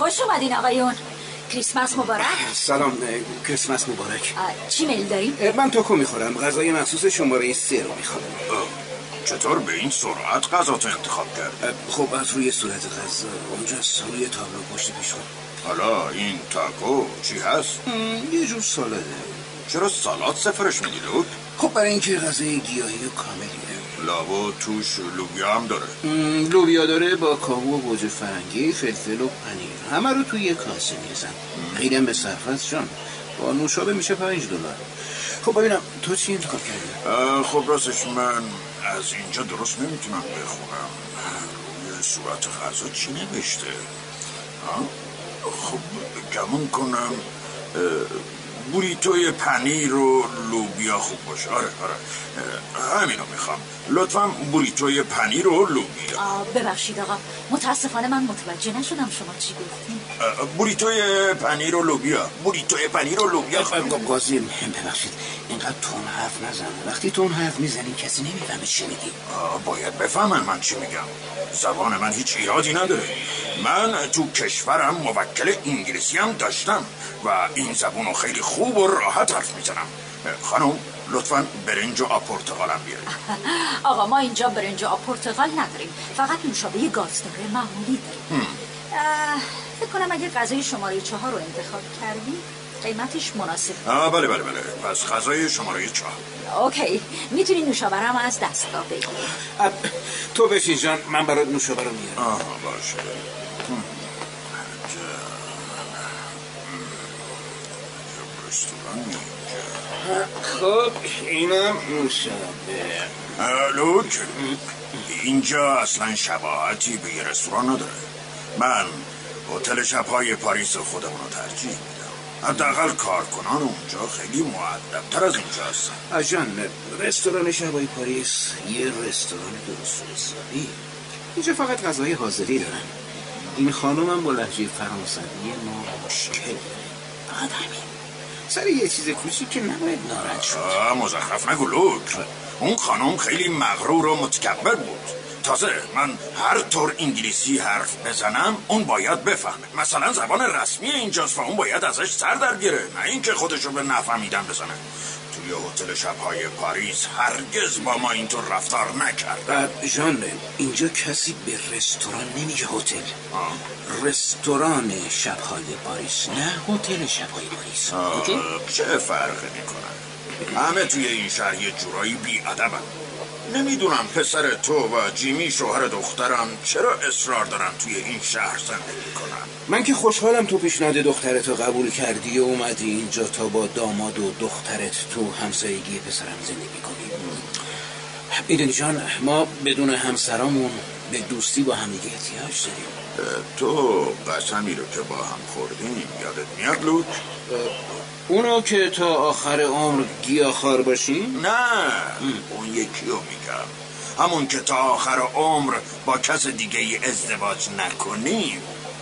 خوش اومدین آقایون. کریسمس مبارک. سلام، کریسمس مبارک. چی میل داریم؟ من تاکو میخورم. غذای مخصوص شماره 3 رو میخورم. چطور به این سرعت غذاتو انتخاب کرد؟ خب از روی صورت غذا اونجاست، روی تابلو پشت پیش خود. حالا این تاکو چی هست؟ یه جور سالاده. چرا سالاد سفرش میدی لوک؟ خب برای اینکه غذای گیاهی و کاملیه. لابا توش لوبیا هم داره. لوبیا داره با کاهو و گوجه فرنگی، فلفل و پنیر. همه رو توی یه کاسه میزن. خیلی هم به صرف هست جان. با نوشابه میشه $5. خب ببینم تو چی انتخاب کردی؟ خب راستش من از اینجا درست نمیتونم بخونم. روی صورت غذا چی نوشته؟ خب گمون کنم بوریتوی پنیر و لوبیا خوب باشه. آره همینو میخوام. لطفا بوریتوی پنیر و لوبیا. ببخشید آقا، متاسفانه من متوجه نشدم شما چی گفتین. بوریتوی پنیر و لوبیا. بوریتوی پنیر و لوبیا. قاضی ببخشید اینقدر تون حرف نزن. وقتی تون حرف میزنی کسی نمیفهمه چی میگی. باید بفهمن من چی میگم. زبان من هیچ ایرادی نداره. من تو کشورم موکل انگلیسی هم داشتم و این زبونو خیلی خوب و راحت حرف میزنم. خانم لطفاً برنج و آب پرتقالم بیارید. آقا ما اینجا برنج و آب پرتقال نداریم، فقط نوشابه گازداره معمولی داریم. فکر کنم اگه غذای شماره 4 رو انتخاب کردی قیمتش مناسب. بله پس غذای شماره 4. اوکی، میتونی نوشابه رو از دستگاه بگیری. تو بشین جان، من برات نوشابه رو میارم. باشه. خب اینم نوشابه. لوک اینجا اصلا شباهتی به یه رستوران نداره. من هتل شب‌های پاریس خودمون رو ترجیح میدم. حداقل کارکنان اونجا خیلی مؤدب‌تر از اینجا هستن. جان رستوران شب‌های پاریس یه رستوران درست حسابی. اینجا فقط غذای حاضری دارن. این خانومم با لهجه فرانسوی ما مشکل داره. فقط همین. سر یه چیز کوچیک که نباید ناراحت شد. مزخرف نگو لوک. اون خانم خیلی مغرور و متکبر بود. تازه من هر طور انگلیسی حرف بزنم اون باید بفهمه. مثلا زبان رسمی اینجاست و اون باید ازش سر در بیاره، نه اینکه خودشو به نفهمیدن بزنه. توی هتل شب‌های پاریس هرگز با ما اینطور رفتار نکرد. جان اینجا کسی به رستوران نمیگه هتل. رستوران شب‌های پاریس، نه هتل شب‌های پاریس. چه فرقی میکنه؟ همه توی این شهر یه جورایی بی‌ادبن. نمیدونم پسر تو و جیمی شوهر دخترم چرا اصرار دارن توی این شهر زندگی کنن. من که خوشحالم تو پیشنهاد دخترتو قبول کردی و اومدی اینجا تا با داماد و دخترت تو همسایگی پسرم زندگی کنی. میدونی جان ما بدون همسرامون به دوستی با همدیگه احتیاج داریم. تو قسمی رو که با هم خوردیم یادت میاد لوک؟ اونو که تا آخر عمر گیاهخوار باشی؟ نه اون یکی رو میگم. همون که تا آخر عمر با کس دیگه ای ازدواج نکنیم.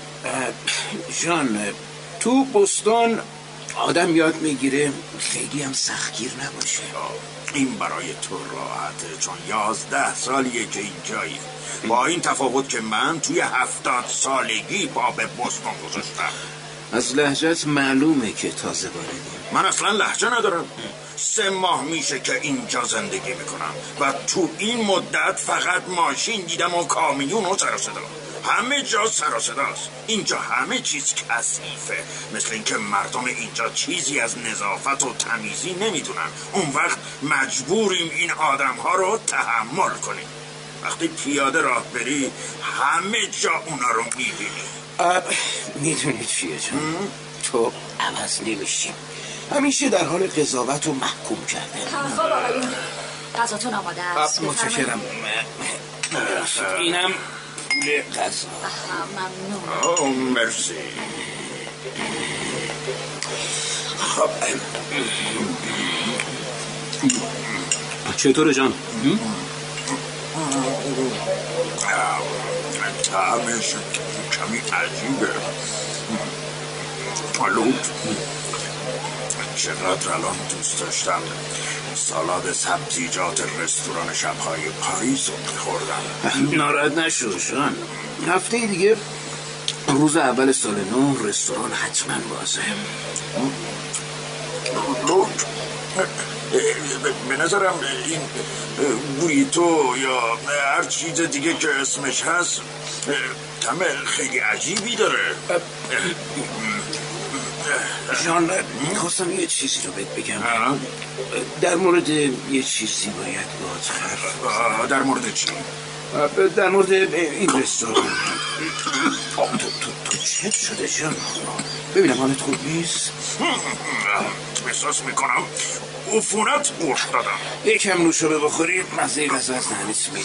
جان تو بوستون آدم یاد میگیره خیلی هم سختگیر نباشه. این برای تو راحته چون 11 سالیه که اینجایی. با این تفاوت که من توی 70 سالگی پا به بوستون گذاشتم. از لهجت معلومه که تازه واردی. من اصلا لهجه ندارم. 3 ماه میشه که اینجا زندگی میکنم و تو این مدت فقط ماشین دیدم و کامیون و سر و صدا. همه جا سر و صداست. اینجا همه چیز کثیفه. مثل اینکه مردم اینجا چیزی از نظافت و تمیزی نمیدونن. اون وقت مجبوریم این آدم ها رو تحمل کنیم. وقتی پیاده راه بری همه جا اونا رو میبینی. میدونی چیه جان؟ تو عوض نمیشی. همیشه در حال قضاوت و محکوم کردن. خب آقایون غذاتون آماده است. متشکرم. اینم پول غذا. ممنون. مرسی. خب چطوره جان؟ طعمش کمی عجیبه. لوک چقدر الان دوست داشتم سالاد سبزیجات رستوران شب‌های پاریس رو می‌خوردم. ناراحت نشو جان. هفته دیگه روز اول سال نو رستوران حتما بازه. به نظرم این بوریتو یا هر چیز دیگه که اسمش هست طعم خیلی عجیبی داره. جان خواستم یه چیزی رو بهت بگم. در مورد یه چیزی باید باید در مورد چی؟ در مورد این رستوران. تو چه شده جان؟ ببینم حالت خوب نیست؟ احساس میکنم عفونت افتادم. یکم نوشابه بخوری مزه غذا از دهنت میده.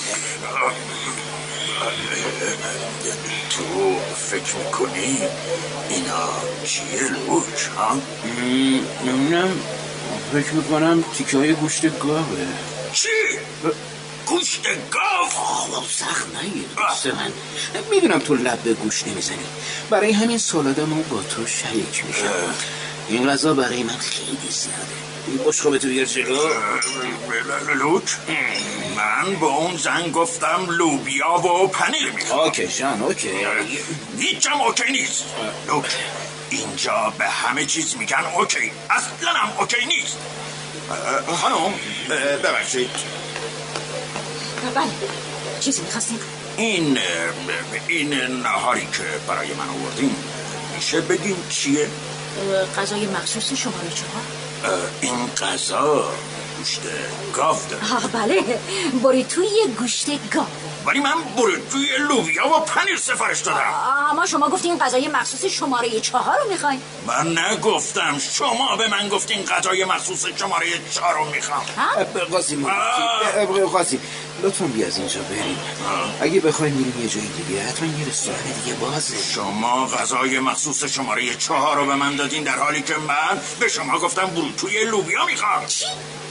تو فکر میکنی اینا چیه لوچ ها؟ نمیدونم، فکر میکنم تیکه های گوشت گاوه. چی؟ گوشت گاو؟ سخت نگیر دوست من، میدونم تو لب به گوش نمیزنی، برای همین سالادمو با تو شریک میشم. این غذا برای من خیلی زیاده. این بشقابتو بیار جلو. لوچ من با اون زن گفتم لوبیا و پنیر میخوام. اوکی جان اوکی. هیچم اوکی نیست. لوچ اینجا به همه چیز میگن اوکی، اصلا هم اوکی نیست. خانم ببخشید. بله چیزی میخواستیم؟ این نهاری که برای من آوردیم میشه بگیم چیه؟ غذای مخصوص شماره 4. این غذا گوشت گاو داره. بله بوریتوی گوشت گاو. ولی من بوریتوی لوبیا و پنیر سفارش دادم. اما شما گفتین غذای مخصوص شماره 4 رو میخواین. من نگفتم، شما به من گفتین غذای مخصوص شماره 4 رو میخوام. قاسم لطفا بیا از اینجا بریم. اگه بخوایم میریم یه جای دیگه، حتما یه رستوران دیگه بازه. شما غذای مخصوص شماره 4 رو به من دادین در حالی که من به شما گفتم بروتوی لوبیا میخوام. چی؟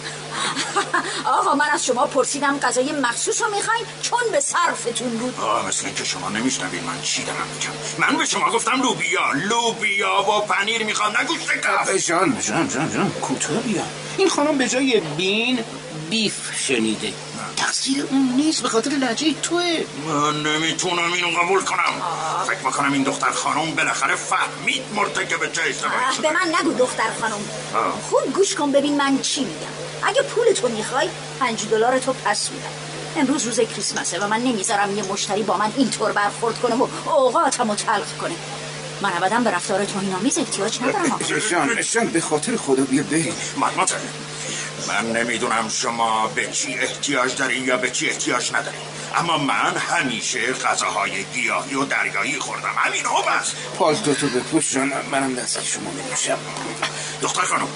آقا من از شما پرسیدم غذای مخصوص رو میخواین چون به صرفتون بود. مثل این که شما نمیشنوید من چی دارم میگم. من به شما گفتم لوبیا و پنیر میخوام، نه گوشت گاو. جان کوتاه بیا. این خانم به جای بیف شنیده. تقصیر اون نیست، به خاطر لهجه توه. من نمیتونم اینو قبول کنم. فکر میکنم این دختر خانم بالاخره فهمید مرتکب چه اشتباهی شده. به من نگو دختر خانم. خوب گوش کن ببین من چی میگم. اگه پولتو میخوای $5 تو پس میدم. امروز روز کریسمسه و من نمیذارم یه مشتری با من اینطور برخورد کنه و اوقاتمو تلخ کنه. من ابدا به رفتار توهین‌آمیز احتیاج ندارم. جان به خاطر خدا بیا بریم. من نمیدونم شما به چی احتیاج دارین یا به چی احتیاج ندارین، اما من همیشه غذاهای گیاهی و دریایی خوردم. همین ها بس. پالتوتو بپوش جان، منم دستی شما نمیشم. دختر خانم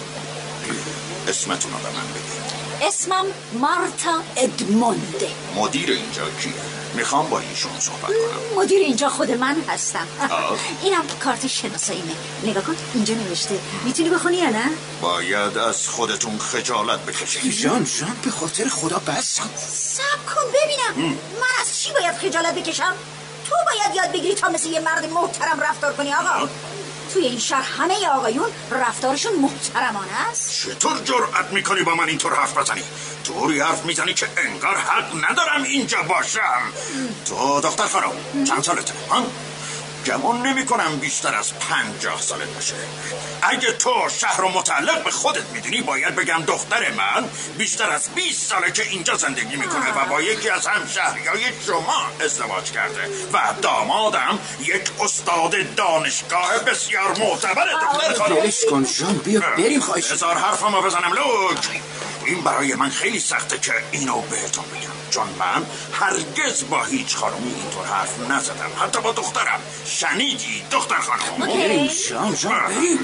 اسمتون رو به من بگید. اسمم مارتا ادمونده. مدیر اینجا کیه؟ میخوام با ایشون صحبت کنم. مدیر اینجا خود من هستم. اینم کارت شناساییمه. نگاه کن اینجا نوشته. میتونی بخونی یا نه؟ باید از خودتون خجالت بکشید. جان به خاطر خدا بس کن. صبر کن ببینم. من از چی باید خجالت بکشم؟ تو باید یاد بگیری تا مثل یه مرد محترم رفتار کنی آقا. توی این شهر همه آقایون رفتارشون محترمانه است. چطور جرأت میکنی با من اینطور حرف بزنی؟ طوری حرف میزنی که انگار حق ندارم اینجا باشم. تو دختر خانم چند سالته؟ گمان نمی کنم بیشتر از 50 سالت باشه. اگه تو شهر رو متعلق به خودت میدونی باید بگم دختر من بیشتر از 20 ساله که اینجا زندگی میکنه و با یکی از همشهریای شما ازدواج کرده و دامادم یک استاد دانشگاه بسیار معتبره. دختر خانم دلش کن جان بیا بریم. خواهش هزار حرفمو بزنم لوک. این برای من خیلی سخته که اینو بهتون بگم، چون من هرگز با هیچ خانومی اینطور حرف نزدم، حتی با دخترم. شنیدی دختر خانم؟ بریم جان بریم.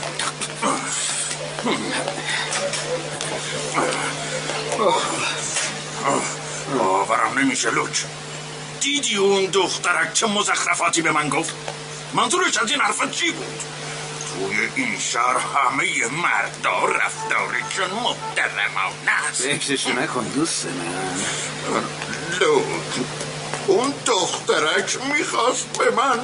باورم نمیشه لوک. دیدی اون دخترک چه مزخرفاتی به من گفت؟ منظورش از این حرفت چی بود؟ توی این شهر همه مردا رفتارشون محترمانه است. فکرشو نکن دوست من. لوک اون دخترک میخواست به من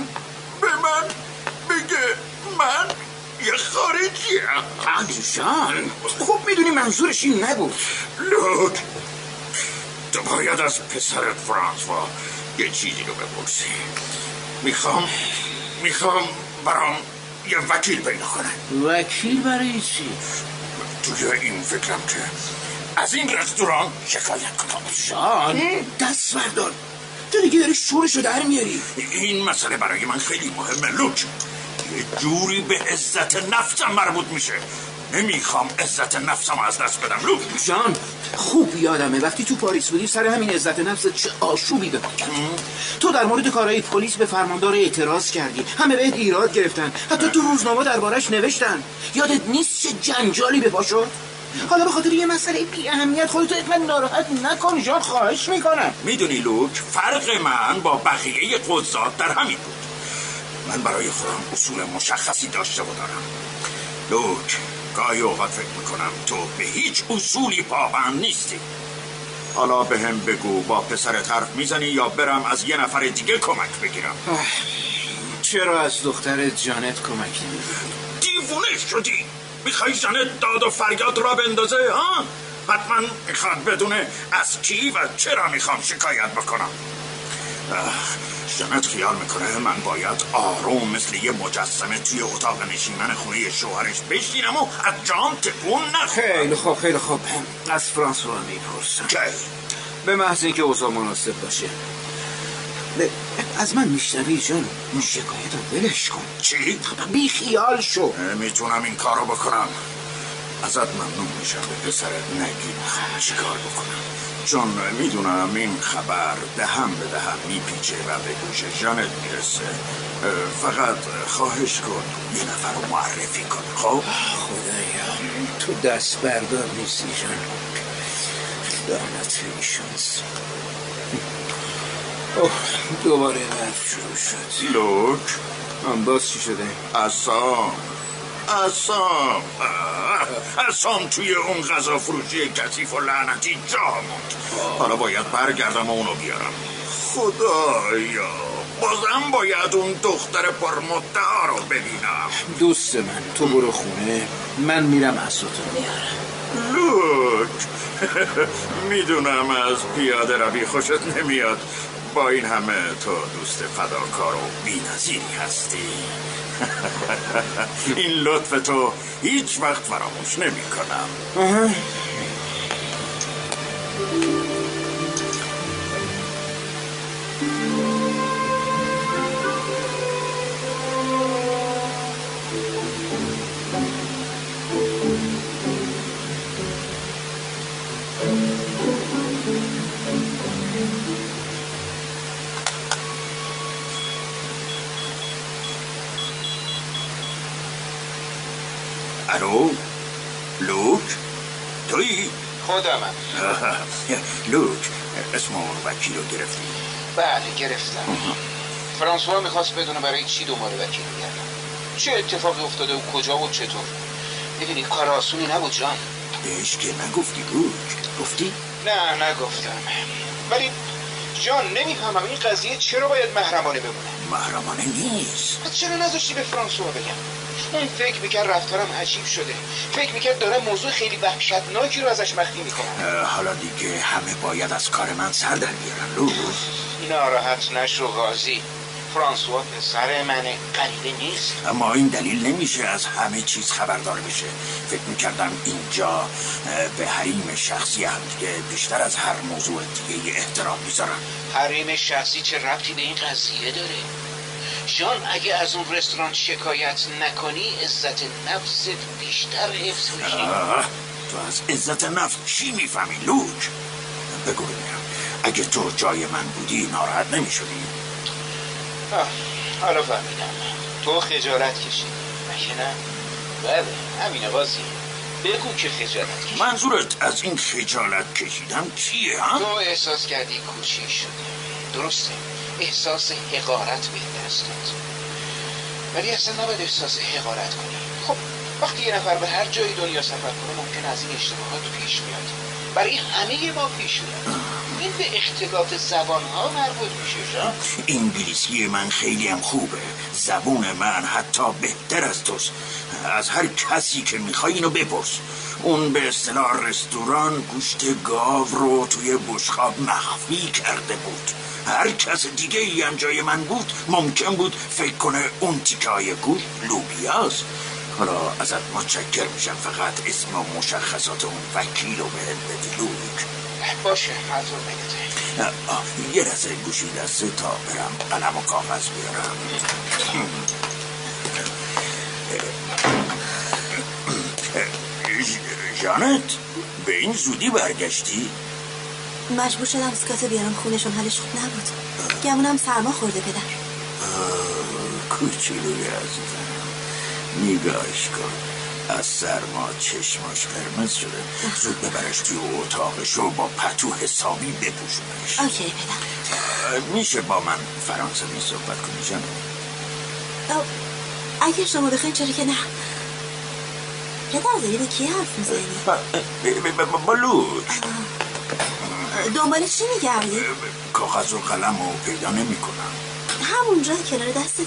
بگه من یه خارجیم. جان خوب میدونی منظورش این نبود. لوک تو باید از پسرت فرانسوا یه چیزی رو بپرسی. میخوام برام یه وکیل پیدا کنه. وکیل برای چی؟ توی این فکرم که از این رستوران شکایت کنم. جان دست بردار، تو دیگه داری شورشو در میاری. این مسئله برای من خیلی مهمه لوک. یه جوری به عزت نفسم مربوط میشه. نمیخوام عزت نفسم از دست بدم لوک. جان خوب یادمه وقتی تو پاریس بودی سر همین عزت نفس چه آشوبی به پا کرد. تو در مورد کارهای پلیس به فرماندار اعتراض کردی، همه بهت ایراد گرفتن، حتی تو روزنامه دربارش نوشتن. یادت نیست چه جنجالی به پا شد؟ حالا به خاطر یه مسئله بی اهمیت خودتو اینقدر ناراحت نکن جان، خواهش میکنم. میدونی لوک، فرق من با بقیه قضات در همین بود. من برای خودم اصول مشخصی داشته و دارم. لوک، گاهی اوقات فکر میکنم تو به هیچ اصولی پابند نیستی. حالا به هم بگو با پسرت حرف میزنی یا برم از یه نفر دیگه کمک بگیرم؟ چرا از دخترت جانت کمکی میگیری؟ دیوونه شدی؟ میخوای جانت داد و فریاد را بندازه ها؟ حتما میخواد بدونه از کی و چرا میخوام شکایت بکنم. جانت خیال میکنه من باید آروم مثل یه مجسمه توی اتاق نشیمن خونه شوهرش بشینم و از جام تکون نخورم. خیلی خوب از فرانسوا میپرسم که به محض اینکه اوضاع مناسب باشه. از من میشنوی جان؟ شکایتم ولش کن. چی؟ بی خیال شو. میتونم این کارو بکنم. ازت ممنون میشم به پسرت نگی میخوام چی کار بکنم، چون میدونم این خبر دهم به دهم میپیچه و به گوش جانت میرسه. فقط خواهش کن یه نفر رو معرفی کن. خب خدایا تو دست بردار نیستی جان. لعنت ایشانس. دوباره حرف شروع شد. لوک باز چی شده؟ اسام توی اون غذا فروشی کثیف و لعنتی جا موند. حالا باید برگردم و اونو بیارم. خدایا بازم باید اون دختر پرمدعا رو ببینم. دوست من تو برو خونه، من میرم اساتو میارم. لوک میدونم از پیاده روی خوشت نمیاد، با این همه تو دوست فداکار و بی‌نظیری هستی. این لطف تو هیچ وقت فراموش نمی کنم. الو لوک، تویی؟ خودمم. لوک اسم اون وکیل رو گرفتی؟ بله گرفتم. فرانسوا میخواست بدونه برای چی دنبال وکیل میگردم، چه اتفاقی افتاده و کجا و چطور. میدونی کار آسونی نبود جان. بهش که نگفتی لوک؟ گفتی؟ نه نگفتم، ولی جان نمیفهمم این قضیه چرا باید محرمانه بمونه. محرمانه نیست. چرا نذاشتی به فرانسوا بگم؟ اون فکر میکرد رفتارم عجیب شده، فکر میکرد دارم موضوع خیلی وحشتناکی رو ازش مخفی میکنم. حالا دیگه همه باید از کار من سر در بیارن لوک. ناراحت نشو قاضی، فرانسوا پسر منه، غریبه نیست. اما این دلیل نمیشه از همه چیز خبردار بشه. فکر میکردم اینجا به حریم شخصی هم دیگه بیشتر از هر موضوع دیگه احترام میذارن. حریم شخصی چه ربطی به این قضیه داره؟ جان اگه از اون رستوران شکایت نکنی عزت نفست بیشتر حفظ میشه. تو از عزت نفس چی میفهمی لوک؟ بگو ببینم اگه تو جای من بودی ناراحت نمیشدی؟ حالا فهمیدم تو خجالت کشیدی مگه نه؟ بله همینه قاضی، بگو که خجالت کشیدی. منظورت از این خجالت کشیدم چیه ها؟ تو احساس کردی کوچیک شده، درسته، احساس حقارت به دست داد، ولی اصلا نباید احساس حقارت کنی. خب وقتی یه نفر به هر جای دنیا سفر کنه ممکن از این اشتباهات پیش بیاد، برای همه ما پیش میاد. این به اختلاف زبان‌ها مربوط میشه جان. انگلیسی من خیلی هم خوبه. زبون من حتی بهتر از توست. از هر کسی که میخوای اینو بپرس. اون به اصطلاح رستوران گوشت گاو رو توی بشقاب مخفی کرده بود. هر کس دیگه ای هم جای من بود ممکن بود فکر کنه اون تیکه های گوشت لوبیاست. حالا ازت متشکر میشم، فقط اسم و مشخصات اون وکیل رو بهت بدی لوک. باشه حضور بگیده. یه لحظه گوشی دسته تا برم قلم و کاغذ بیارم. جانت به این زودی برگشتی؟ مجبور شدم سکاتو بیارم خونشون، حالش خوب نبود. گمونم سرما خورده پدر. کوچولوی عزیزم نگاهش کن، از سرما چشماش قرمز شده. زود ببرش توی اتاقش و با پتو حسابی بپوشونش. اوکی پدر. میشه با من فرانسوی صحبت کنی جانم؟ اگه شما بخواین چرا که نه. پدر داری به کی حرف میزنی؟ با لوک. دنبال چی میگردی؟ کاغذ و قلم رو پیدا نمی کنم. همونجا کنار دستته.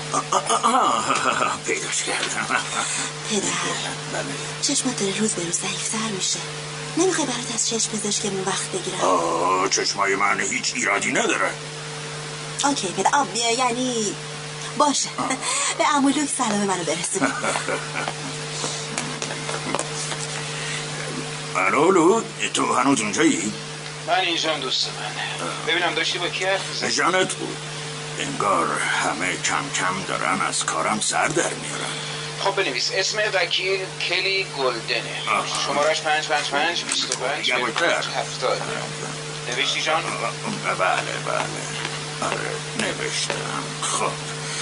پیداش کردم. پدر بله. چشمات داره روز به روز ضعیفتر میشه. نمیخوای برات از چشم پزشکمون وقت بگیرم؟ چشمای من هیچ ایرادی نداره. اوکی پدر. یعنی باشه. به عمو لوک سلام منو برسون. الو لوک، تو هنوز اونجایی؟ من اینجام دوست من. ببینم داشتی با کی حرف می‌زدی؟ جانت بود. انگار همه کم کم دارن از کارم سر در میارن. خب بنویس اسم وکیل کلی گلدنه. شمارش 555 25 70. نوشتی جان؟ بله آره نوشتم. خب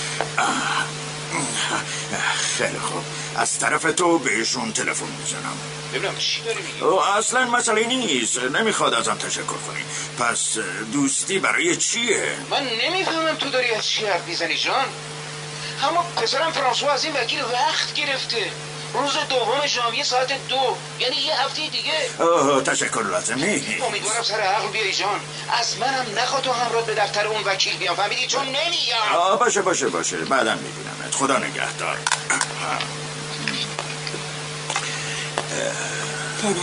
خیلی خوب، از طرف تو بهشون تلفن میزنم. ببینم چی داری میگی؟ اصلا مسئله نیست، نمیخواد ازم تشکر کنی. پس دوستی برای چیه؟ من نمیفهمم تو داری از چی حرف میزنی جان. اما پسرم فرانسوا از این وکیل وقت گرفته. روز دوم ژانویه ساعت 2، یعنی یه هفته دیگه. تشکر لازم نیست. امیدوارم سر عقل بیای جان. از منم نخواد تو همراه به دفتر اون وکیل بیام، فهمیدی؟ چون نمیام. باشه بعدم میبینمت. خدا نگهدار. پدر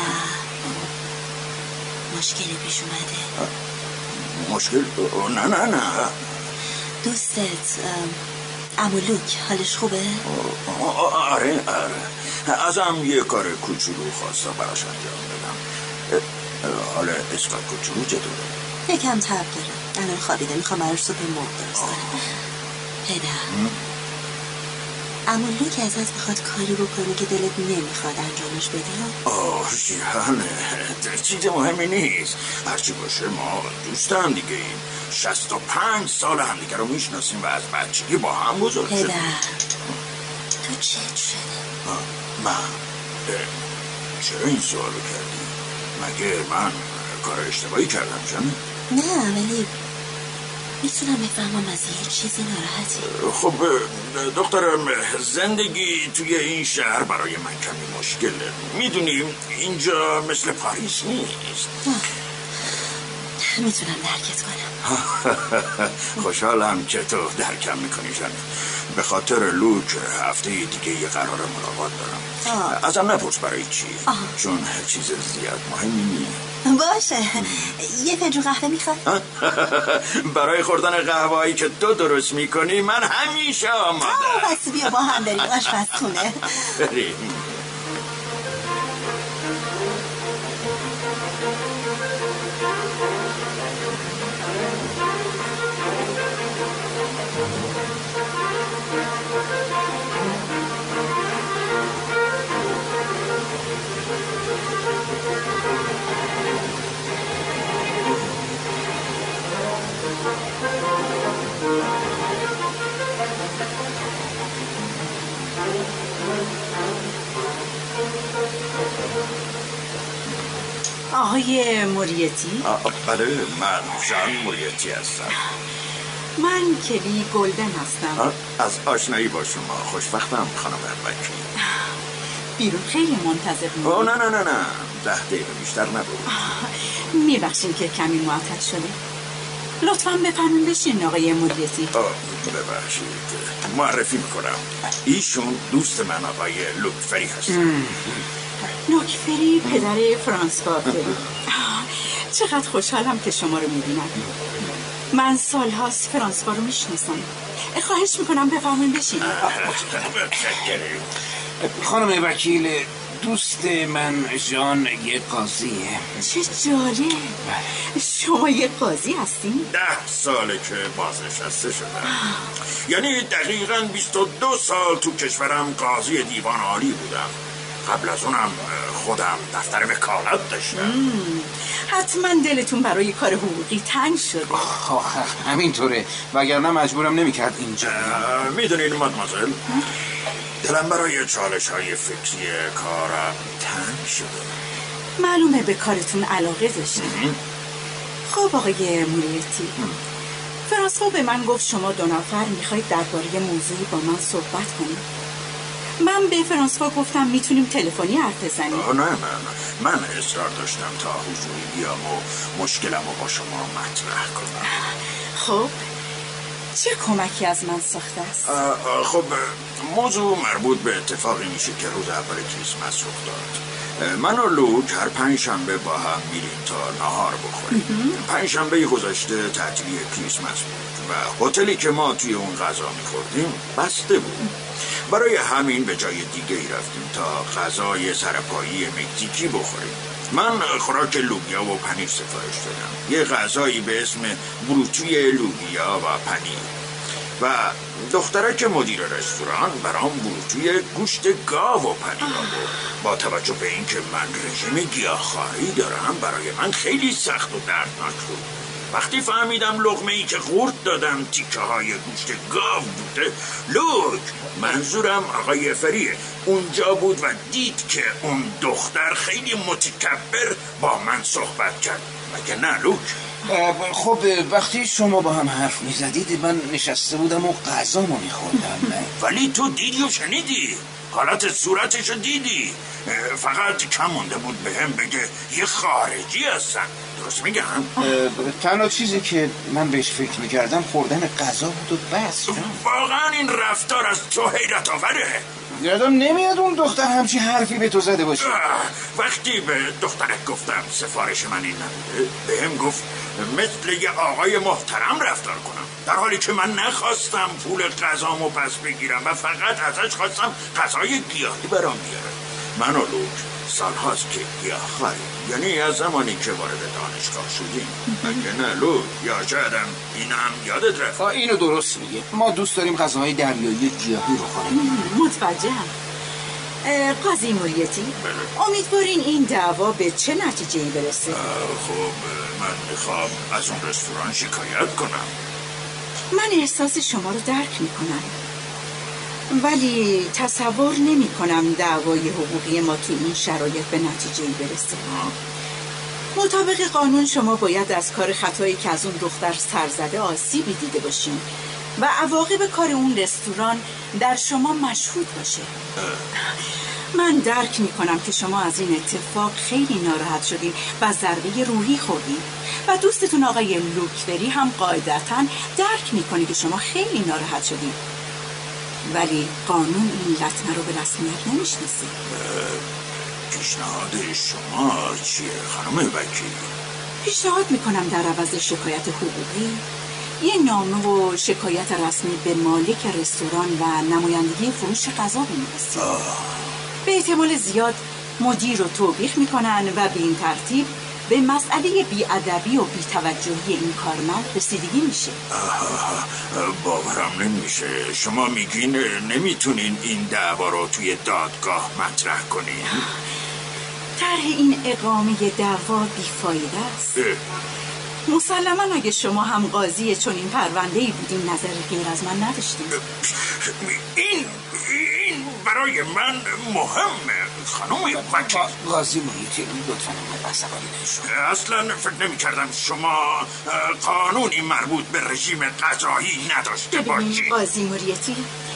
مشکلی پیش اومده. مشکل؟ نه دوستت عمو لوک حالش خوبه؟ آره ازم یه کار کوچولو خواستا براش انجام بدم. حالا اسکات کوچولو چطوره؟ یکم تب داره، الان خوابیده. میخوام براش سوپ مرغ درست کنم. پدر عمو لوک ازت میخواد کاری بکنی که دلت نمیخواد انجامش بدی. جیهانه چیز مهمی نیست، هرچی باشه ما دوستان دیگه ایم. 65 سال همدیگه رو میشناسیم و از بچگی با هم بزرگ شدیم. پدر تو چت شده؟ من چرا این سوالو کردی؟ مگه من کار اشتباهی کردم جانه؟ نه ولی میتونم بفهمم از یه چیزی ناراحتی. خب دخترم، زندگی توی این شهر برای من کمی مشکله. میدونیم اینجا مثل پاریس نیست. میتونم درکت کنم. خوشحالم که تو درکم میکنی جانه. به خاطر لوک هفته دیگه یه قرار ملاقات دارم. ازم نپرس برای چی، چون هر چیز زیاد مهمی نیست. باشه. یه فنجون قهوه میخوای؟ برای خوردن قهوه‌ای که تو درست میکنی من همیشه آماده. پس بیا با هم بریم آشپزخونه. بریم. آقای موریتی؟ بله من ژان موریتی هستم. من کلی گلدن هستم. از آشنایی با شما خوشبختم خانم وکیل. بیرون خیلی منتظر نه نه نه نه 10 دقیقه بیشتر نبود. میبخشین که کمی معطل شده. لطفاً بفرمایید بشین آقای مدیریتی. ببخشید معرفی میکنم، ایشون دوست من آقای لوکفری هست. لوکفری پدر فرانسوا فری. چقدر خوشحالم که شما رو میبینم. من سالهاست فرانسوا رو میشناسم. خواهش میکنم بفرمایید بشین. خانم وکیل، دوست من جان یه قاضیه. چه جالب. شما یه قاضی هستین؟ 10 ساله که بازنشسته شدم. یعنی دقیقاً 22 سال تو کشورم قاضی دیوان عالی بودم. قبل از اونم خودم دفتر وکالت داشتم. حتما دلتون برای کار حقوقی تنگ شده. همینطوره، وگرنه مجبورم نمیکرد اینجا. میدونین مادمازل، دلم برای چالش های فکری کارم تنگ شده. معلومه به کارتون علاقه داشتین. خب آقای موریتی، فرانسوا به من گفت شما 2 نفر میخواید درباره موضوعی با من صحبت کنید. من به فرانسوا گفتم میتونیم تلفنی حرف بزنیم. نه من اصرار داشتم تا حضوری بیام و مشکلمو با شما مطرح کنم. خب چه کمکی از من ساخته است؟ خب موضوع مربوط به اتفاقی میشه که روز اول کریسمس رخ داد. من و لوک هر 5 شنبه با هم میریم تا نهار بخوریم. 5 شنبه گذشته تعطیلی کریسمس بود و هتلی که ما توی اون غذا میخوردیم بسته بود. برای همین به جای دیگه ای رفتیم تا غذای سرپایی مکزیکی بخوریم. من خوراک لوبیا و پنیر سفارش دادم، یه غذایی به اسم بروتوی لوبیا و پنیر، و دخترک مدیر رستوران برام بروتوی گوشت گاو و پنیر آورد. با توجه به اینکه من رژیم گیاهخواری دارم برای من خیلی سخت و دردناک بود. وقتی فهمیدم لقمه ای که خورد دادم تیکه های گوشت گاو بوده، لوک، منظورم آقای فریه، اونجا بود و دید که اون دختر خیلی متکبر با من صحبت کرد. مگه نه لوک؟ خب وقتی شما با هم حرف میزدید من نشسته بودم و غذامو میخوردم. ولی تو دیدی و شنیدی، حالت صورتشو دیدی. فقط کم مونده بود به هم بگه یه خارجی هستن. درست میگم؟ تنها چیزی که من بهش فکر میکردم خوردن غذا بود و بس. واقعا این رفتار از تو حیرت آوره. یادم نمیاد اون دختر همچی حرفی به تو زده باشه. وقتی به دخترک گفتم سفارش من این نبوده، به هم گفت مثل یه آقای محترم رفتار کنم، در حالی که من نخواستم پول غذامو پس بگیرم و فقط ازش خواستم غذای گیاهی برام بیاره. من و لوک سالهاست که گیاهخواریم، یعنی از زمانی که وارد دانشگاه شدیم. مگه نه لوک؟ یا شایدم اینم یادت رفت؟ اینو درست میگه، ما دوست داریم غذاهای دریایی گیاهی رو خوریم. متوجهم. قاضی موریتی، امیدوارین این دعوا به چه نتیجه‌ای برسه؟ خب من میخوام از اون رستوران شکایت کنم. من احساس شما رو درک میکنم، ولی تصور نمی کنم دعوای حقوقی ما تو این شرایط به نتیجه‌ای برسه. مطابق قانون شما باید از کار خطایی که از اون دختر سرزده آسیبی دیده باشین و عواقب کار اون رستوران در شما مشهود باشه. من درک می کنم که شما از این اتفاق خیلی ناراحت شدین و ضربه روحی خوردین و دوستتون آقای لوکفری هم قاعدتاً درک می کنه که شما خیلی ناراحت شدین، ولی قانون این لطمه رو به رسمیت نمیشناسه. پیشنهاد شما چیه خانم وکیل؟ پیشنهاد میکنم در عوض شکایت حقوقی یه نامه و شکایت رسمی به مالک رستوران و نمایندگی فروش غذا بنویسید. به احتمال زیاد مدیر رو توبیخ میکنن و به این ترتیب به مسئله بی‌ادبی و بی‌توجهی این کارمند رسیدگی میشه. باورم نمیشه. شما میگین نمیتونین این دعوا رو توی دادگاه مطرح کنین؟ طرح این اقامه دعوا بیفایده است. مسلما اگه شما هم قاضی چون این پرونده‌ای بودین نظر غیر از من نداشتین. این برای من مهمه خانم وکیل. قاضی موریتی لطفاً عصبانی نشو. اصلا فکر نمی کردم شما قانونی مربوط به رژیم غذایی نداشته باشید. قاضی موریتی،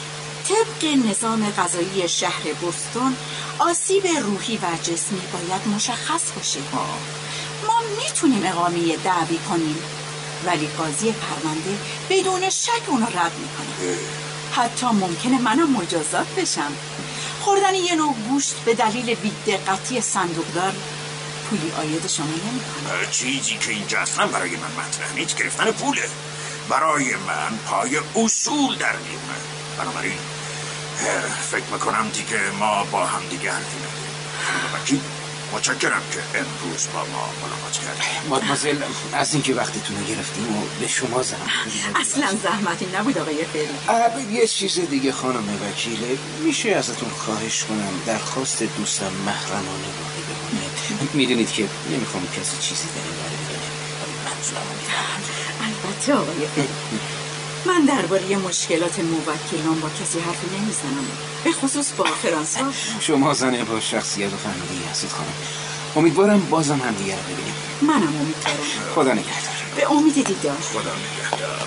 طبق نظام قضایی شهر بوستون آسیب روحی و جسمی باید مشخص باشه. ما میتونیم اقامه دعوی کنیم ولی قاضی پرونده بدون شک اونو رد میکنه. حتی ممکنه منم مجازات بشم. خوردن یه نوع گوشت به دلیل بی‌دقتی صندوقدار پولی عاید شما نمیکنه. چیزی که اینجا اصلا برای من مطرح نیست گرفتن پوله. برای من پای اصول در میونه. بنابراین فکر میکنم دیگه ما با هم دیگه حرفی نداریم. متشکرم که امروز با ما ملاقات کردیم. مادمازل از اینکه وقتتون رو گرفتیم و به شما زحمت اصلا زحمتی نبود آقای فری. یه چیز دیگه خانم وکیله، میشه ازتون خواهش کنم درخواست دوستم محرمانه باقی بمونه؟ میدونید که نمیخوام کسی چیزی در این باره بدونه. منظورم البته آقای فری، من درباره مشکلات موکلان با کسی حرفی نمیزنم، به خصوص با فرانسوا. شما زن با شخصیت و فهمیدی هستید خانم. امیدوارم بازم هم دیگه رو ببینیم. منم امیدوارم. خدا نگهدار. به امید دیدار. خدا نگهدار.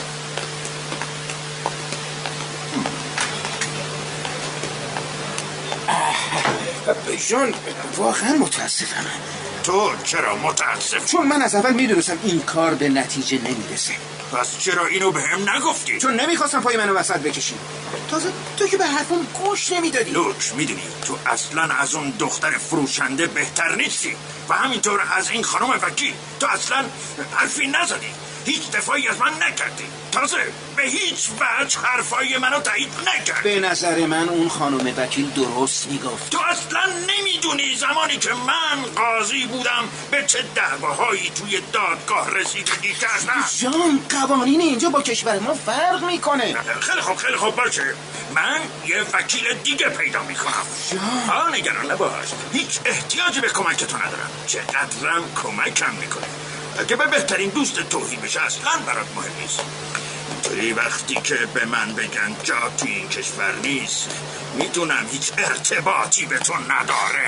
جان واقعا متاسفم. تو چرا متاسف؟ چون من از اول میدونستم این کار به نتیجه نمیرسه. پس چرا اینو به هم نگفتی؟ چون نمیخواستم پای منو وسط بکشی. تازه تو که به حرفم گوش نمیدادی. لوک میدونی تو اصلا از اون دختر فروشنده بهتر نیستی و همینطور از این خانم وکیل تو اصلا حرفی نزدی، هیچ دفاعی از من نکردی، تازه به هیچ وجه حرفای منو تایید نکردی. به نظر من اون خانم وکیل درست میگفت. تو اصلا نمیدونی زمانی که من قاضی بودم به چه دعواهایی توی دادگاه رسیدگی کردم. جان قوانین اینجا با کشور ما فرق میکنه. خیلی خوب باشه، من یه وکیل دیگه پیدا میکنم. جان نگران نباش، هیچ احتیاجی به کمکتو ندارم. چقدرم کمکم میکنه. اگه به بهترین دوست توهین بشه اصلا برات مهم نیست. توی وقتی که به من بگن جا توی این کشور نیست میدونم هیچ ارتباطی به تو نداره.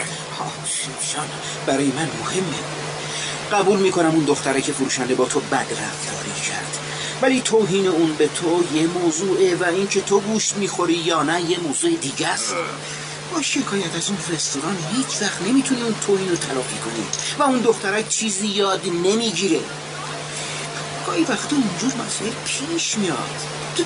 جان برای من مهمه. قبول میکنم اون دختره که فروشنده با تو بد رفتاری کرد، ولی توهین اون به تو یه موضوعه و این که تو گوشت میخوری یا نه یه موضوع دیگه است. با شکایت از اون رستوران هیچ وقت نمیتونی اون توهین رو تلافی کنی و اون دختره چیزی یاد نمیگیره. گاهی وقتا اینجور مسائل پیش میاد.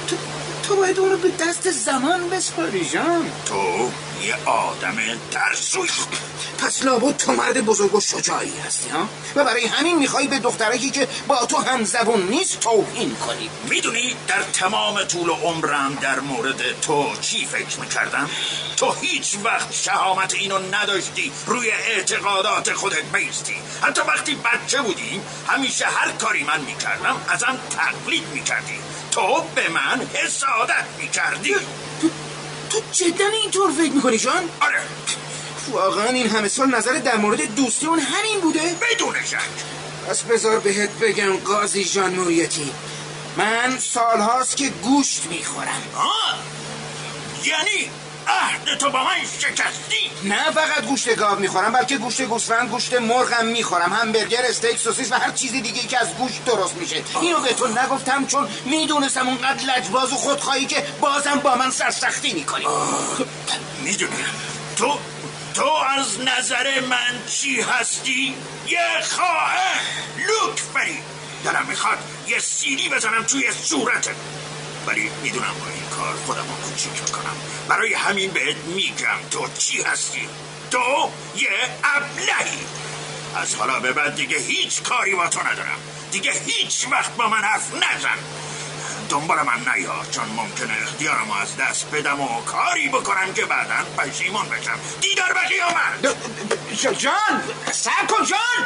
تو باید اون رو به دست زمان بسپاری جان. تو یه آدم ترسوی، پس لابد تو مرد بزرگ و شجاعی هستی ها؟ و برای همین میخوایی به دخترکی که با تو هم زبون نیست توهین کنی. میدونی در تمام طول عمرم در مورد تو چی فکر میکردم؟ تو هیچ وقت شهامت اینو نداشتی روی اعتقادات خودت بیستی. حتی وقتی بچه بودیم همیشه هر کاری من میکردم ازم تقلید میکردی. تو به من حسادت میکردی. تو جدا اینطور فکر میکنی جان؟ آره. واقعا این همه سال نظرت در مورد دوستی اون همین بوده؟ بدون شک. پس بذار بهت بگم قاضی جان موریتی، من سالهاست که گوشت میخورم. یعنی عهد تو با من شکستی؟ نه فقط گوشت گاو میخورم، بلکه گوشت گوسفند، گوشت مرغم میخورم، همبرگر، استیک، سوسیس و هر چیزی دیگه که از گوشت درست میشه. اینو به تو نگفتم چون میدونستم اونقدر لجباز و خودخواهی که بازم با من سرسختی میکنی. میدونم تو از نظر من چی هستی؟ یه خواهر لوک فری. دارم میخواد یه سیلی بزنم توی صورتت، ولی میدونم با این کار خودم رو کوچیک میکنم. برای همین بهت میگم تو چی هستی. تو یه ابلهی. از حالا به بعد دیگه هیچ کاری با تو ندارم. دیگه هیچ وقت با من حرف نزن. دنبال من نیا، چون ممکنه اختیارمو از دست بدم و کاری بکنم که بعداً پشیمون بشم. دیدار به قیامت. جان صبر کن جان.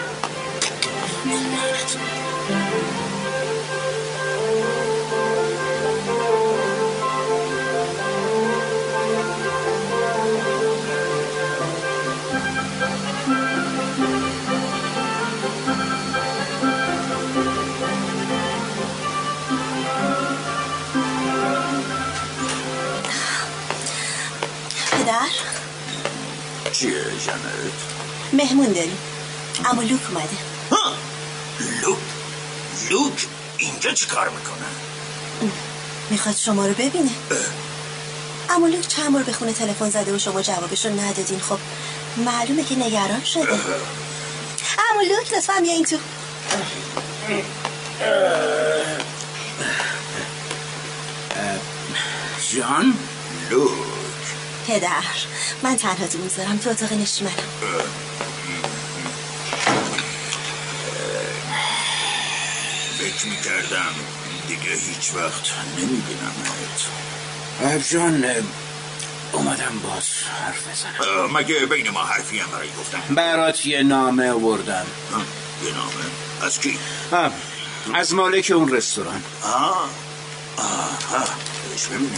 پدر؟ چیه جنت؟ مهمون داریم، اما لوک اومده. لوک اینجا چی کار میکنه؟ میخواد شما رو ببینه. عمولوک چند بار به خونه تلفن زده و شما جوابشو ندادین. خب معلومه که نگران شده. عمولوک لطفا بیاین تو. جان؟ لوک پدر من تنها تو میذارم تو اتاق نشیمنم. فکر میکردم دیگه هیچ وقت نمیبینمت. جان اومدم باز حرف بزنم. مگه بین ما حرفی هم برای گفتم؟ برات یه نامه آوردم. یه نامه؟ از کی؟ از مالک اون رستوران. بهش ببینم.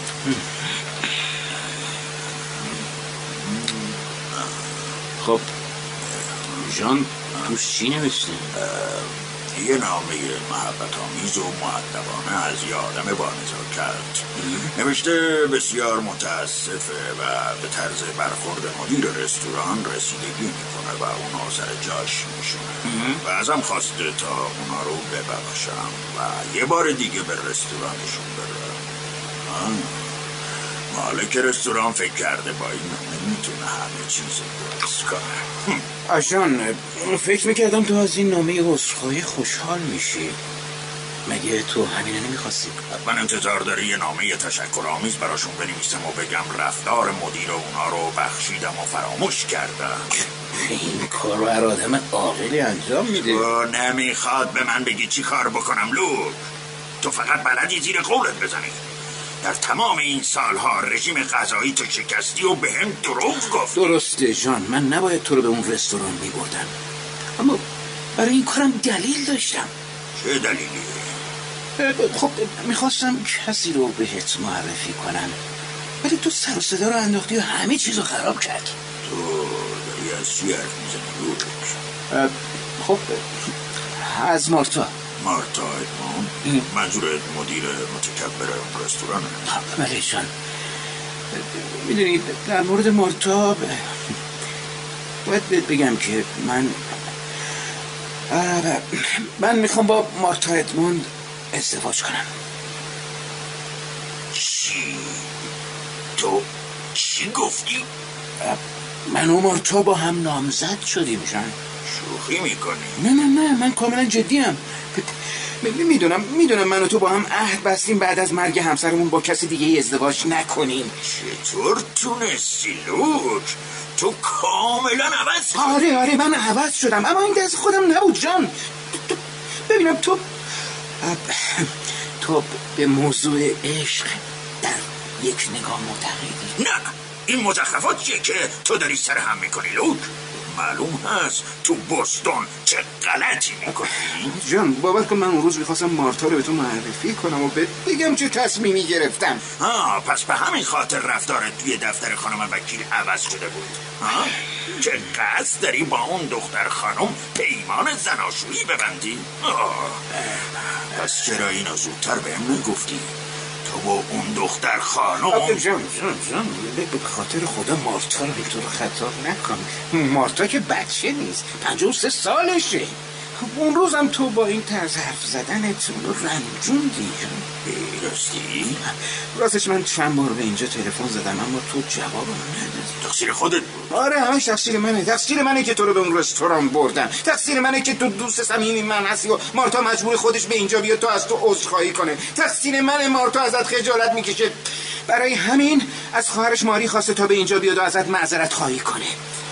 خب جان توش چی نوشته؟ یه نامه محبت آمیز و مؤدبانه از یه آدم با نزاکت. نوشته بسیار متاسفه و به طرز برخورد مدیر رستوران رسیدگی میکنه و اونا سر جاش میشونه و ازم خواسته تا اونا رو ببخشم و یه بار دیگه به رستورانشون برم. مالک رستوران فکر کرده با این نامه میتونه همه چیز درست کنه. آجان فکر میکردم تو از این نامه عذرخواهی خوشحال میشی. مگه تو همینه نمیخواستی؟ من انتظار داری یه نامه تشکرآمیز براشون بنویسم و بگم رفتار مدیر اونا رو بخشیدم و فراموش کردم؟ این کار رو هر آدم عاقلی انجام میده. تو نمیخواد به من بگی چی کار بکنم لوک. تو فقط بلدی زیر قولت بزنی. در تمام این سالها رژیم غذایی تو شکستی و به هم دروغ گفت. درسته جان، من نباید تو رو به اون رستوران میبردم، اما برای این کارم دلیل داشتم. چه دلیلی؟ خب میخواستم کسی رو بهت معرفی کنم، ولی تو سر و صدا رو انداختی و همه چیز رو خراب کرد. تو داری از چی حرف میزنی لوک؟ خب از مارتا ادمون؟ منظورت مدیر متکبر اون رستورانه؟ بله جان. میدونید در مورد مارتا باید بهت بگم که من میخوام با مارتا ادموند ازدواج کنم. چی؟ تو چی گفتی؟ من و مارتا با هم نامزد شدیم جان. شوخی میکنی؟ نه من کاملا جدیم. میدونم من و تو با هم عهد بستیم بعد از مرگ همسرمون با کسی دیگه ازدواج نکنیم. چطور تونستی لوک؟ تو کاملا عوض شدی. آره من عوض شدم، اما این دست خودم نبود جان. ببینم تو به موضوع عشق در یک نگاه معتقدی؟ نه، این مزخرفات چیه که تو داری سر هم میکنی لوک؟ معلوم هست تو بوستون چه غلطی میکنی. جان باور کن من اون روز میخواستم مارتا رو به تو معرفی کنم و بگم چه تصمیمی گرفتم. پس به همین خاطر رفتارت توی دفتر خانم وکیل عوض شده بود. چه قصد داری با اون دختر خانم پیمان زناشویی ببندی؟ پس چرا اینو زودتر بهم نگفتی؟ تو با اون دختر خانم؟ جان به خاطر خدا مارتا رو اینطور خطاب نکن. مارتا که بچه نیست، 53 سالشه. اون روزم تو با این طرز حرف زدنت رو رنجوندی. راستی؟ راستش من چند بار به اینجا تلفن زدم اما تو جوابم ندادی. تقصیر خودت بود. آره همش تقصیر منه که تو رو به اون رستوران بردم. تقصیر منه که تو دوست صمیمی من هستی و مارتا مجبور خودش به اینجا بیاد تا از تو عذرخواهی کنه. تقصیر منه مارتا ازت خجالت میکشه. برای همین از خواهرش ماری خواسته تا به اینجا بیاد و ازت معذرت خواهی کنه.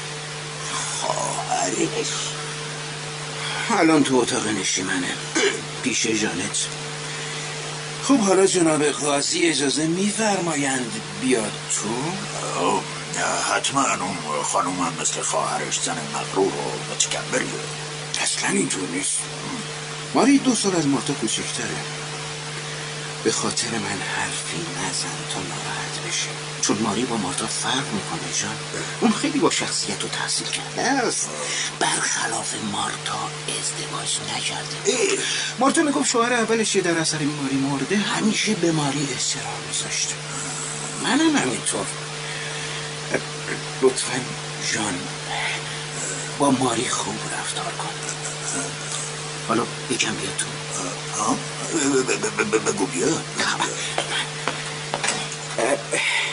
خواهرش؟ الان تو اتاق نشیمنه پیش جانت. خب حالا جناب قاضی اجازه میفرمایند بیاد تو؟ حتما. اون خانوم هم مثل خواهرش زن مغرور و متکبریه. اصلا اینطور نیست. ماری 2 سال از مارتا کوچکتره. به خاطر من حرفی نزن تا ناراحت بشه، چون ماری با مارتا فرق میکنه جان. اون خیلی با شخصیت و تحصیل کرده است، برخلاف مارتا ازدواج نکرده. مارتا میگفت شوهر اولش یه در اثر ماری مرده، همیشه به ماری اصرار میذاشت. منم همینطور. لطفاً جان با ماری خوب رفتار کن. حالا یکم بیا تو. بگو بیا.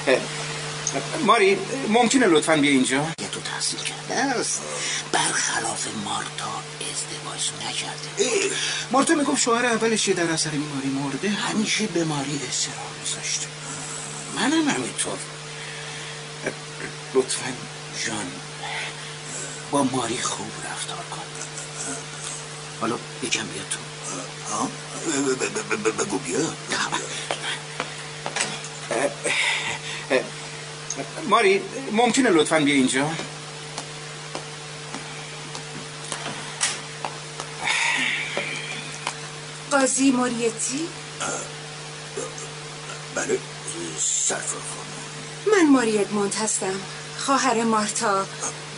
ماری ممکنه لطفاً بیا اینجا؟ یه تو تحصیل کرده است، برخلاف مارتا ازدواج نکرده. مارتا میگفت شوهر اولش در اثر بیماری مرده، همیشه به ماری اصرار میذاشته. منم همینطور. لطفاً جان با ماری خوب رفتار کن. حالا یکم بیا تو. بگو بیا. ماری ممکنه لطفاً بیا اینجا؟ قاضی موریتی؟ بله سرکار خانم. من ماری ادموند هستم، خواهر مارتا.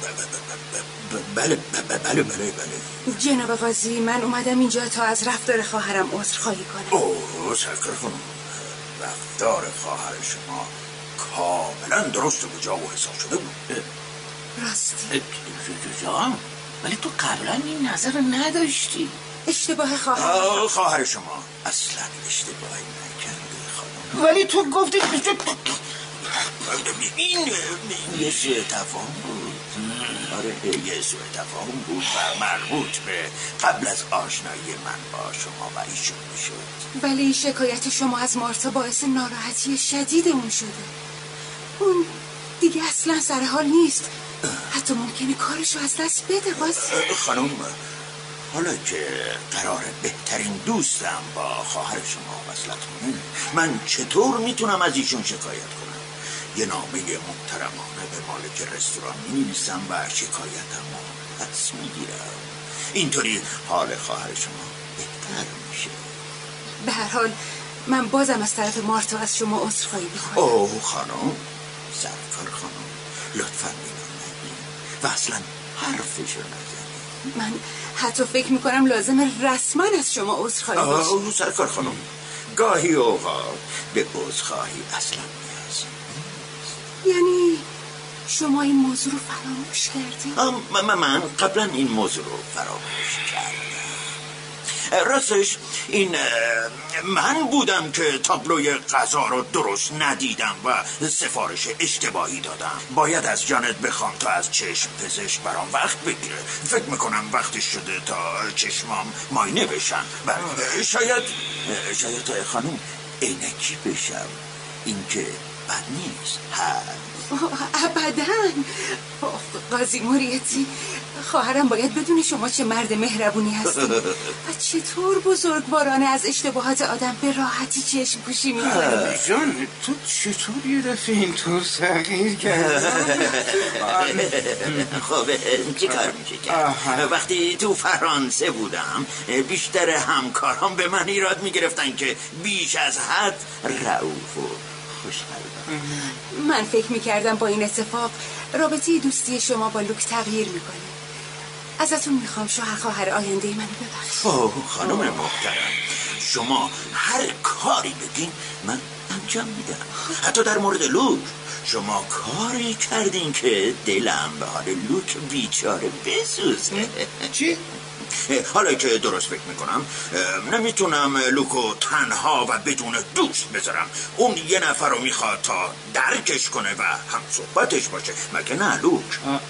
بله. جناب قاضی، من اومدم اینجا تا از رفتار خواهرم عذرخواهی کنم. اوه سرکار خانم، رفتار خواهر شما کاملا درست و جا و حساب شده بود. راستی؟ جان ولی تو قبلا این نظر رو نداشتی. اشتباه خواهر شما اصلا اشتباهی نکرده خانم. ولی تو گفتی این یه سوء تفاهم بود. آره یه سوء تفاهم بود و مربوط به قبل از آشنایی من با شما و ایشون میشد. ولی شکایت شما از مارتا باعث ناراحتی شدید اون شده. اون دیگه اصلا سر حال نیست، حتی ممکنه کارشو از دست بده. قاضی خانم، حالا که قرار بهترین دوستم با خواهر شما وصلتونه، من چطور میتونم از ایشون شکایت کنم؟ یه نامه محترمانه به مالک رستوران می‌نویسم و شکایتم رو پس میگیرم. اینطوری حال خواهر شما بهتر میشه. به هر حال من بازم از طرف مارتا از شما عذرخواهی میکنم. اوه خانم، سرکار خانم، لطفاً اینو نگین و اصلا حرفشو نزنید. من حتی فکر میکنم لازمه رسما از شما عذرخواهی بشه. اوه سرکار خانم، گاهی اوقات به عذرخواهی اصلا نیاز. یعنی شما این موضوع رو فراموش کردید؟ من قبلا این موضوع رو فراموش کردم. راستش این من بودم که تابلوی غذا رو درست ندیدم و سفارش اشتباهی دادم. باید از جانت بخوام تا از چشم پزشک برام وقت بگیره. فکر میکنم وقتش شده تا چشمام معاینه بشن و شاید خانم عینکی بشم. این که بد نیست. ابداً. قاضی موریتی، خواهرم باید بدونه شما چه مرد مهربونی هستید و چطور بزرگوارانه از اشتباهات آدم به راحتی چشم پوشی میکنه. جان تو چطور یه دفعه اینطور تغییر کردی؟ خب چی کار میشه کرد؟ وقتی تو فرانسه بودم بیشتر همکارام به من ایراد میگرفتن که بیش از حد رئوف و خوشقلبم. من فکر میکردم با این اتفاق رابطه دوستی شما با لوک تغییر میکنه. ازتون میخوام شوهر خواهر آینده منو ببخشید. اوه خانم محترم، شما هر کاری بگین من انجام میدم. حتی در مورد لوک شما کاری کردین که دلم به حال لوک بیچاره بسوزه. چی؟ حالا که درست فکر میکنم نمیتونم لوکو تنها و بدون دوست بذارم. اون یه نفر رو میخواد تا درکش کنه و هم صحبتش باشه، مگه نه لوک؟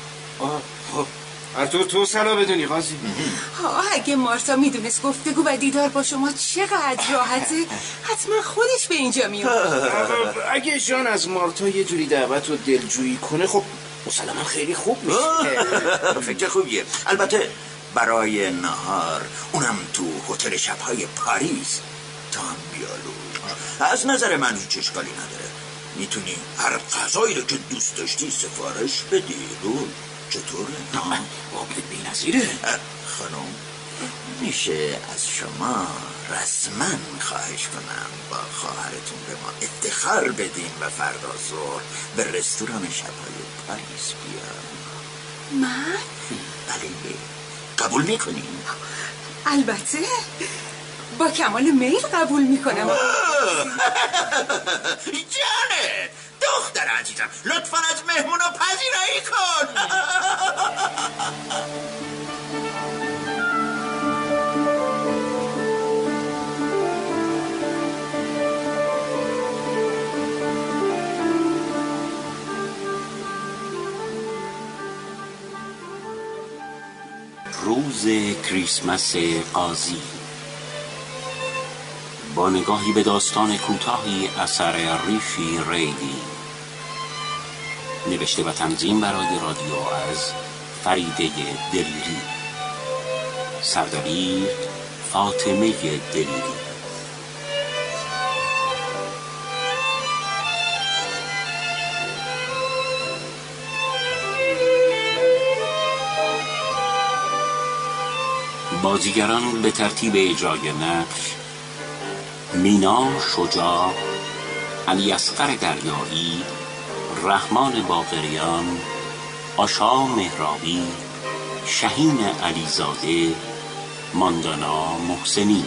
تو سلا بدونی قاضی. اگه مارتا میدونست گفتگو و دیدار با شما چقدر راحته حتما خودش به اینجا میاد. اگه جان از مارتا یه جوری دعوت و دلجویی کنه خب مسلما خیلی خوب میشه. فکر خوبیه. البته برای نهار، اونم تو هتل شب‌های پاریس، تا هم بیالو. از نظر من هیچ اشکالی نداره. میتونی هر غذایی رو که دوست داشتی سفارش بدی. رو چطوره؟ بی‌نظیره. خانم میشه از شما رسما خواهش کنم با خواهرتون به ما افتخار بدین و فردا ظهر به رستوران شب‌های پاریس بیان؟ من؟ بله. قبول میکنین؟ البته با کمال میل قبول میکنم. جانه دختر عزیزم، لطفاً از مهمونو پذیرایی کن. روز کریسمس قاضی، با نگاهی به داستان کوتاهی اثر ریشی ریدی، نوشته و تنظیم برای رادیو از فریده دلیری، سردبیر فاطمه دلیری. بازیگران به ترتیب اجرای نقش: مینا شجاع، علی اصغر دریایی، رحمان باقریان، آشا مهرابی، شهین علیزاده، ماندانا محسنی.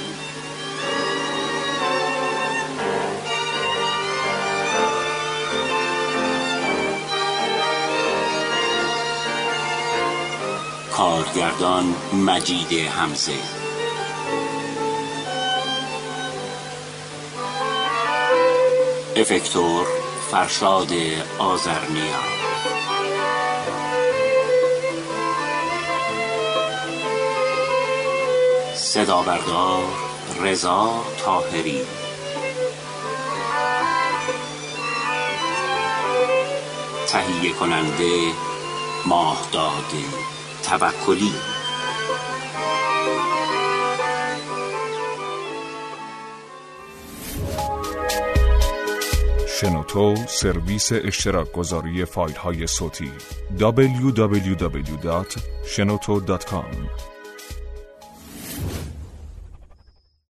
کارگردان مجید حمزه. افکتور فرشاد آذرنیا. صدا بردار رضا طاهری. تهیه کننده ماهداد توکلی. شنوتو سرویس اشتراک گذاری فایل های صوتی www.shenoto.com